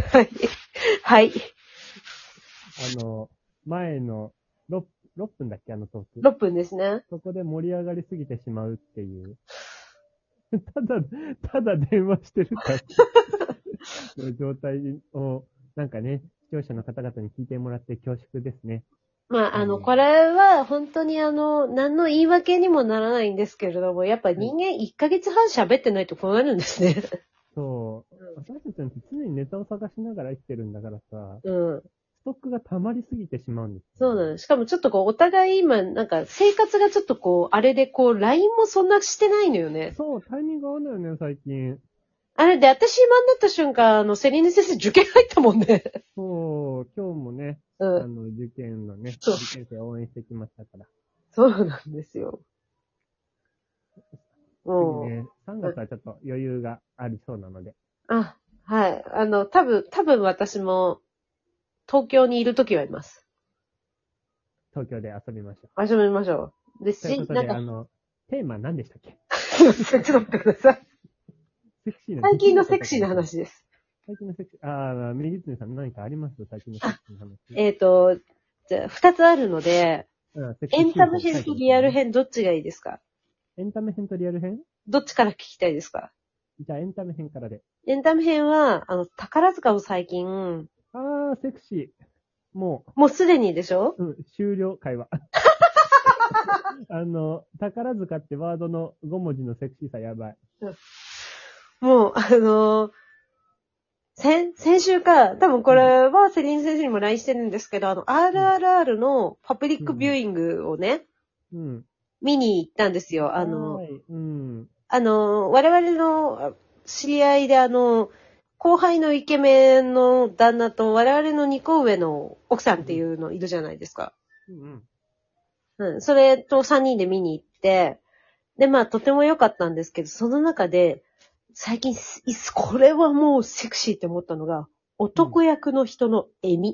はい。はい。 前の6分だっけ、あのトーク。 6分ですね。 そこで盛り上がりすぎてしまうっていう。ただ電話してるだけの状態を、なんかね、視聴者の方々に聞いてもらって恐縮ですね。 まあ、これは本当に何の言い訳にもならないんですけれども、やっぱ人間1ヶ月半喋ってないとこうなるんですね。 そう。私たちなんて常にネタを探しながら生きてるんだからさ、 うん。 ストックが溜まりすぎてしまうんですよ。 そうなの。しかもちょっとこう、お互い今、なんか生活がちょっとこう、あれでこう、LINE もそんなしてないのよね。 そう、タイミング合わないよね、最近。 あれで、私今になった瞬間、セリーヌ先生受験入ったもんね。 そう、今日もね、 うん。 受験のね、 そう。 受験生応援してきましたから。 そうなんですよ。 次もね、3月はちょっと余裕がありそうなので。 あ、はい。多分私も、東京にいるときはいます。 東京で遊びましょ遊びましょう。で、 う。ということで、 なんか、 テーマ何でしたっけ？ すいません、ちょっと待ってください。 セクシーな最近のセクシーな話です。 最近のセクシー、メギツネさん何かあります最近のセクシーな話。 じゃあ、2つあるので、 セクシーエンタメ編とリアル編どっちがいいですか？ エンタメ編とリアル編？ どっちから聞きたいですか？ じゃあエンタメ編からで。 エンタメ編は、宝塚を最近、 セクシー。ももうすでにでしょ？ 終了、会話。宝塚ってワードの5文字のセクシーさやばい。 もう、先週か、多分これはセリーヌ先生にも LINE してるんですけど、RRR のパブリックビューイングをね、見に行ったんですよ。我々の知り合いで後輩のイケメンの旦那と我々の2個上の奥さんっていうのいるじゃないですか。それと3人で見に行って、で、まあ、とても良かったんですけど、その中で、最近、これはもうセクシーって思ったのが、男役の人の笑み。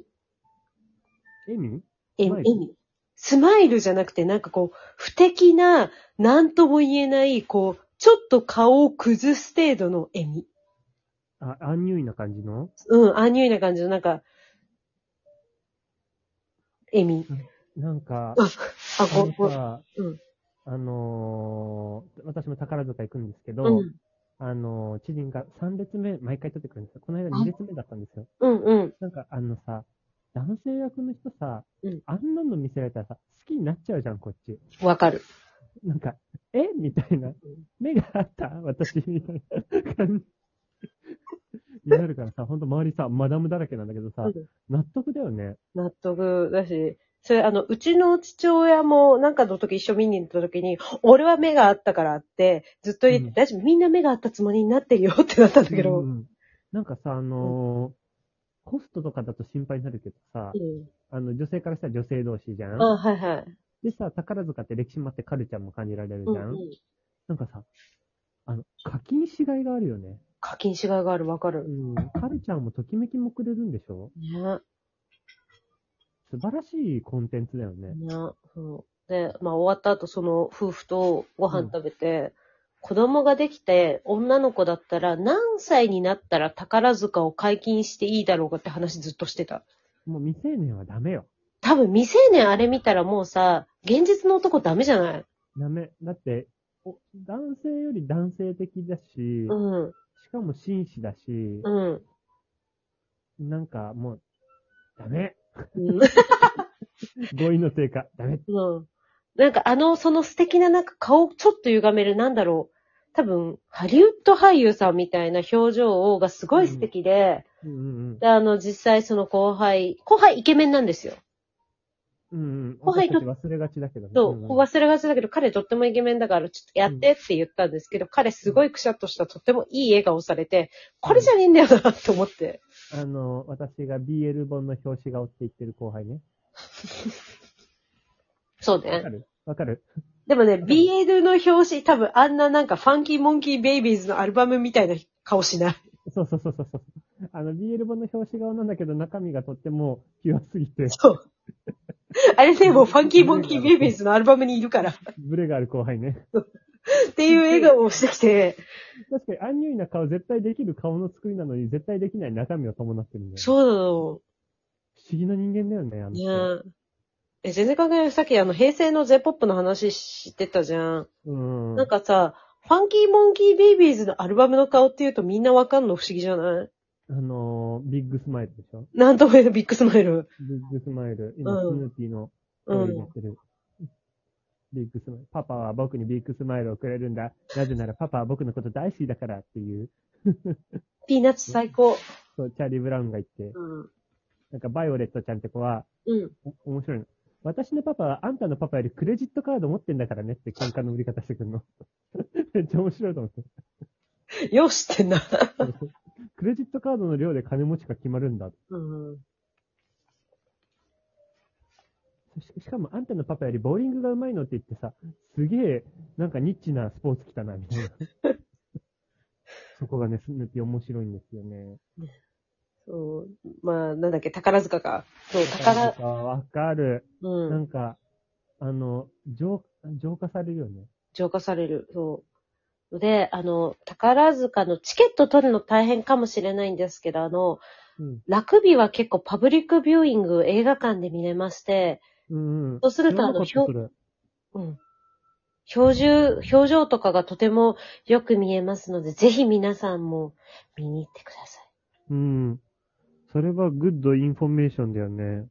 笑み。スマイルじゃなくて、なんかこう、不敵な、なんとも言えない、こう、ちょっと顔を崩す程度の笑み。 アンニュイな感じの？ アンニュイな感じの、なんか、笑み。 なんか、私も宝塚行くんですけど、知人が3列目毎回取ってくるんですよ。この間2列目だったんですよ。なんか男性役の人さ、あんなの見せられたらさ、好きになっちゃうじゃん、こっち。 わかる。 なんか、みたいな。目があった私みたいな感じ。になるからさ、ほんと周りさ、マダムだらけなんだけどさ、納得だよね。 納得だし、それうちの父親もなんかの時一緒見に行った時に、俺は目があったからってずっと言って、大丈夫、みんな目があったつもりになってるよってなったんだけど。 なんかさ、コストとかだと心配になるけどさ、女性からしたら女性同士じゃん？ はいはい。 でさ、宝塚って歴史もあってカルチャーも感じられるじゃん？なんかさ、課金しがいがあるよね。 課金しがいがある、わかる。 カルチャーもときめきもくれるんでしょ？ ね。 素晴らしいコンテンツだよね。 ね。で、まあ終わった後その夫婦とご飯食べて、子供ができて女の子だったら何歳になったら宝塚を解禁していいだろうかって話ずっとしてた。 もう未成年はダメよ。 多分未成年あれ見たらもうさ、現実の男ダメじゃない？ ダメ。だって、男性より男性的だし、しかも紳士だし、なんかもう、ダメ。語彙の低下、ダメ。 なんかその素敵ななんか顔ちょっと歪める、なんだろう。多分、ハリウッド俳優さんみたいな表情がすごい素敵で、で、実際その後輩イケメンなんですよ。 後輩と忘れがちだけどね。 そう、忘れがちだけど、彼とってもイケメンだから、ちょっとやってって言ったんですけど、彼すごいくしゃっとしたとってもいい笑顔されて、これじゃねえんだよな、と思って。 私が BL 本の表紙顔って言ってる後輩ね。 そうね。 わかるでもね、BL の表紙、多分あんななんかファンキーモンキーベイビーズのアルバムみたいな顔しない。 そう。BL 本の表紙顔なんだけど、中身がとってもピュアすぎて。 そう。あれね、もうファンキーモンキーベイビーズのアルバムにいるから。 ブレがある後輩ね。 っていう笑顔をしてきて、 確かに、アンニュイな顔絶対できる顔の作りなのに、絶対できない中身を伴ってるんだよね。 そうなの。 不思議な人間だよね、 ねえ。全然関係ない。さっき平成の J-POP の話してたじゃん。なんかさ、ファンキーモンキーベイビーズのアルバムの顔って言うとみんなわかんの不思議じゃない？ ビッグスマイルでしょ？ なんとも言うビッグスマイル。 ビッグスマイル。今、スヌーピーの声になってる。ビッグスマイル。パパは僕にビッグスマイルをくれるんだ。なぜならパパは僕のこと大好きだからっていう。 ピーナッツ最高。 そう、チャーリー・ブラウンが言って。なんか、バイオレットちゃんって子は、面白いの。私のパパはあんたのパパよりクレジットカード持ってんだからねって喧嘩の売り方してくるの。めっちゃ面白いと思って。 よしってんだ。 クレジットカードの量で金持ちが決まるんだ。しかもあんたのパパよりボーリングが上手いのって言ってさ、すげえ、なんかニッチなスポーツ来たな、みたいな。そこがね、スヌーピー面白いんですよね。 そう。まあ、なんだっけ、宝塚か。そう、 宝塚。わかる。なんか、浄化されるよね。 浄化される。そう。で、宝塚のチケット取るの大変かもしれないんですけど、楽日は結構パブリックビューイング映画館で見れまして、そうすると表情とかがとてもよく見えますので、ぜひ皆さんも見に行ってください。 それはグッドインフォメーションだよね。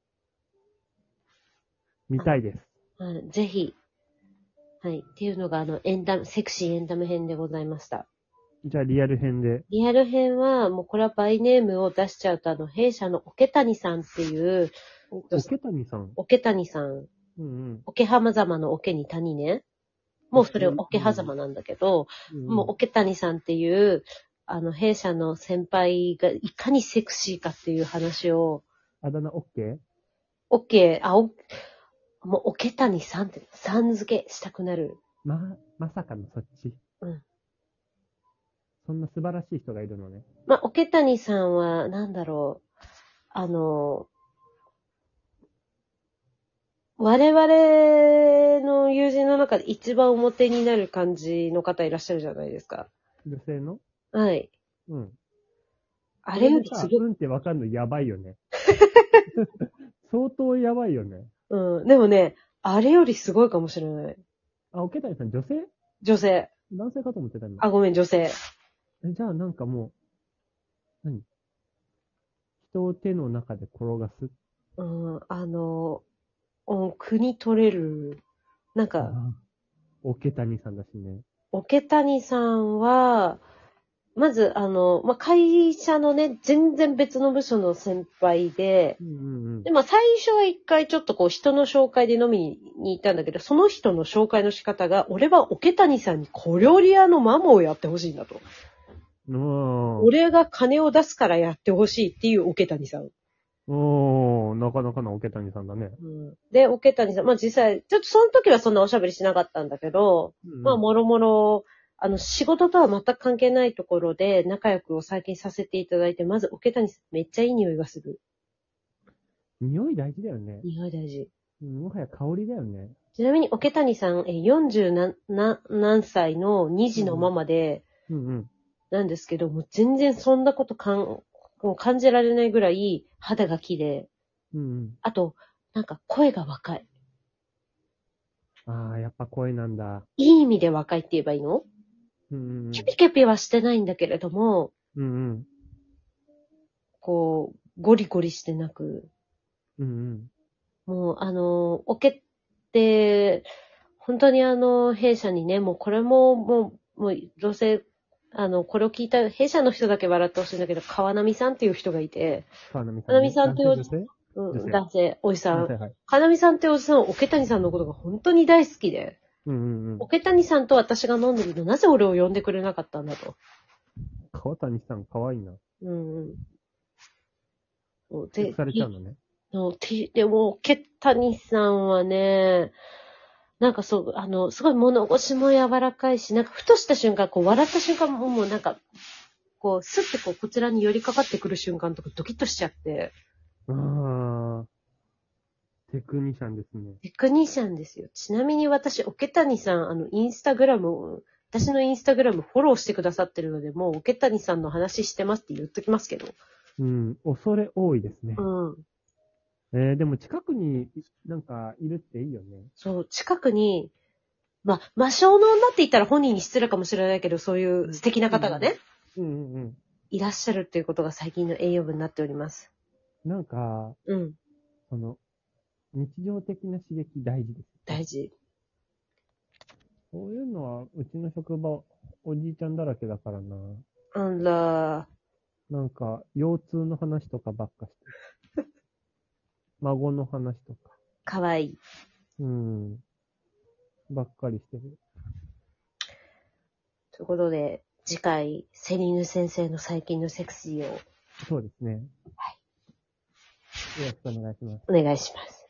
見たいです。 ぜひ。はい。っていうのが、セクシーエンタメ編でございました。 じゃあ、リアル編で。 リアル編は、もうこれはバイネームを出しちゃうと、弊社の桶谷さんっていう、 桶谷さん桶谷さん。桶狭間の桶に谷ね。もうそれ桶狭間なんだけど、もう桶谷さんっていう、弊社の先輩がいかにセクシーかっていう話を。 あだ名オッケー？ オッケー、もう桶谷さんって、さん付けしたくなる。 まさかのそっち。そんな素晴らしい人がいるのね。 桶谷さんは、なんだろう、我々の友人の中で一番表になる感じの方いらっしゃるじゃないですか。 女性の？ はい。あれよりすごい。ってわかんのやばいよね。相当やばいよね。 でもね、あれよりすごいかもしれない。 桶谷さん女性？ 女性。 男性かと思ってたの。 ごめん、女性。 じゃあなんかもう、人を手の中で転がす？ 国取れる。なんか、 桶谷さんだしね。 桶谷さんは、まず、会社のね、全然別の部署の先輩で、で、最初は一回ちょっと人の紹介で飲みに行ったんだけど、その人の紹介の仕方が、俺は桶谷さんに小料理屋のママをやってほしいんだと。俺が金を出すからやってほしいっていう桶谷さん。 なかなかの桶谷さんだね。 で、桶谷さん、実際、ちょっとその時はそんなおしゃべりしなかったんだけど、もろもろ、仕事とは全く関係ないところで仲良くを最近させていただいて、まず桶谷さん、めっちゃいい匂いがする。 匂い大事だよね。 匂い大事。 もはや香りだよね。 ちなみに、桶谷さん、40何歳の2児のママで、なんですけど、もう全然そんなこと感じられないぐらい肌が綺麗。あと、なんか声が若い。 やっぱ声なんだ。 いい意味で若いって言えばいいの？キャピキャピはしてないんだけれども、ゴリゴリしてなく。もう、オケって、本当に弊社にね、もうこれもう、女性、これを聞いた弊社の人だけ笑ってほしいんだけど、川波さんっていう人がいて、 川波さんっていうおじさん、男性、おじさん。川波さんっていうおじさんは、桶谷さんのことが本当に大好きで、桶谷さんと私が飲んでるの、なぜ俺を呼んでくれなかったんだと。 川谷さん、かわいいな。 で、 されちゃうのね。 でも、桶谷さんはね、なんかそう、すごい物腰も柔らかいし、なんかふとした瞬間、笑った瞬間もうなんか、スッてこちらに寄りかかってくる瞬間とかドキッとしちゃって。 テクニシャンですね。 テクニシャンですよ。ちなみに私、桶谷さん、インスタグラム私のインスタグラムフォローしてくださってるので、もう、桶谷さんの話してますって言っときますけど。 うん、恐れ多いですね。 うん。 でも近くになんかいるっていいよね。 そう、近くに、魔性の女って言ったら本人に失礼かもしれないけど、そういう素敵な方がね、いらっしゃるっていうことが最近の栄養分になっております。 なんか、日常的な刺激大事です。 大事。 そういうのは、うちの職場、おじいちゃんだらけだからな。なんか、腰痛の話とかばっかしてる。孫の話とか。 かわいい。 ばっかりしてる。 ということで、次回、セリーヌ先生の最近のセクシーを。 そうですね。 はい。 よろしくお願いします。 お願いします。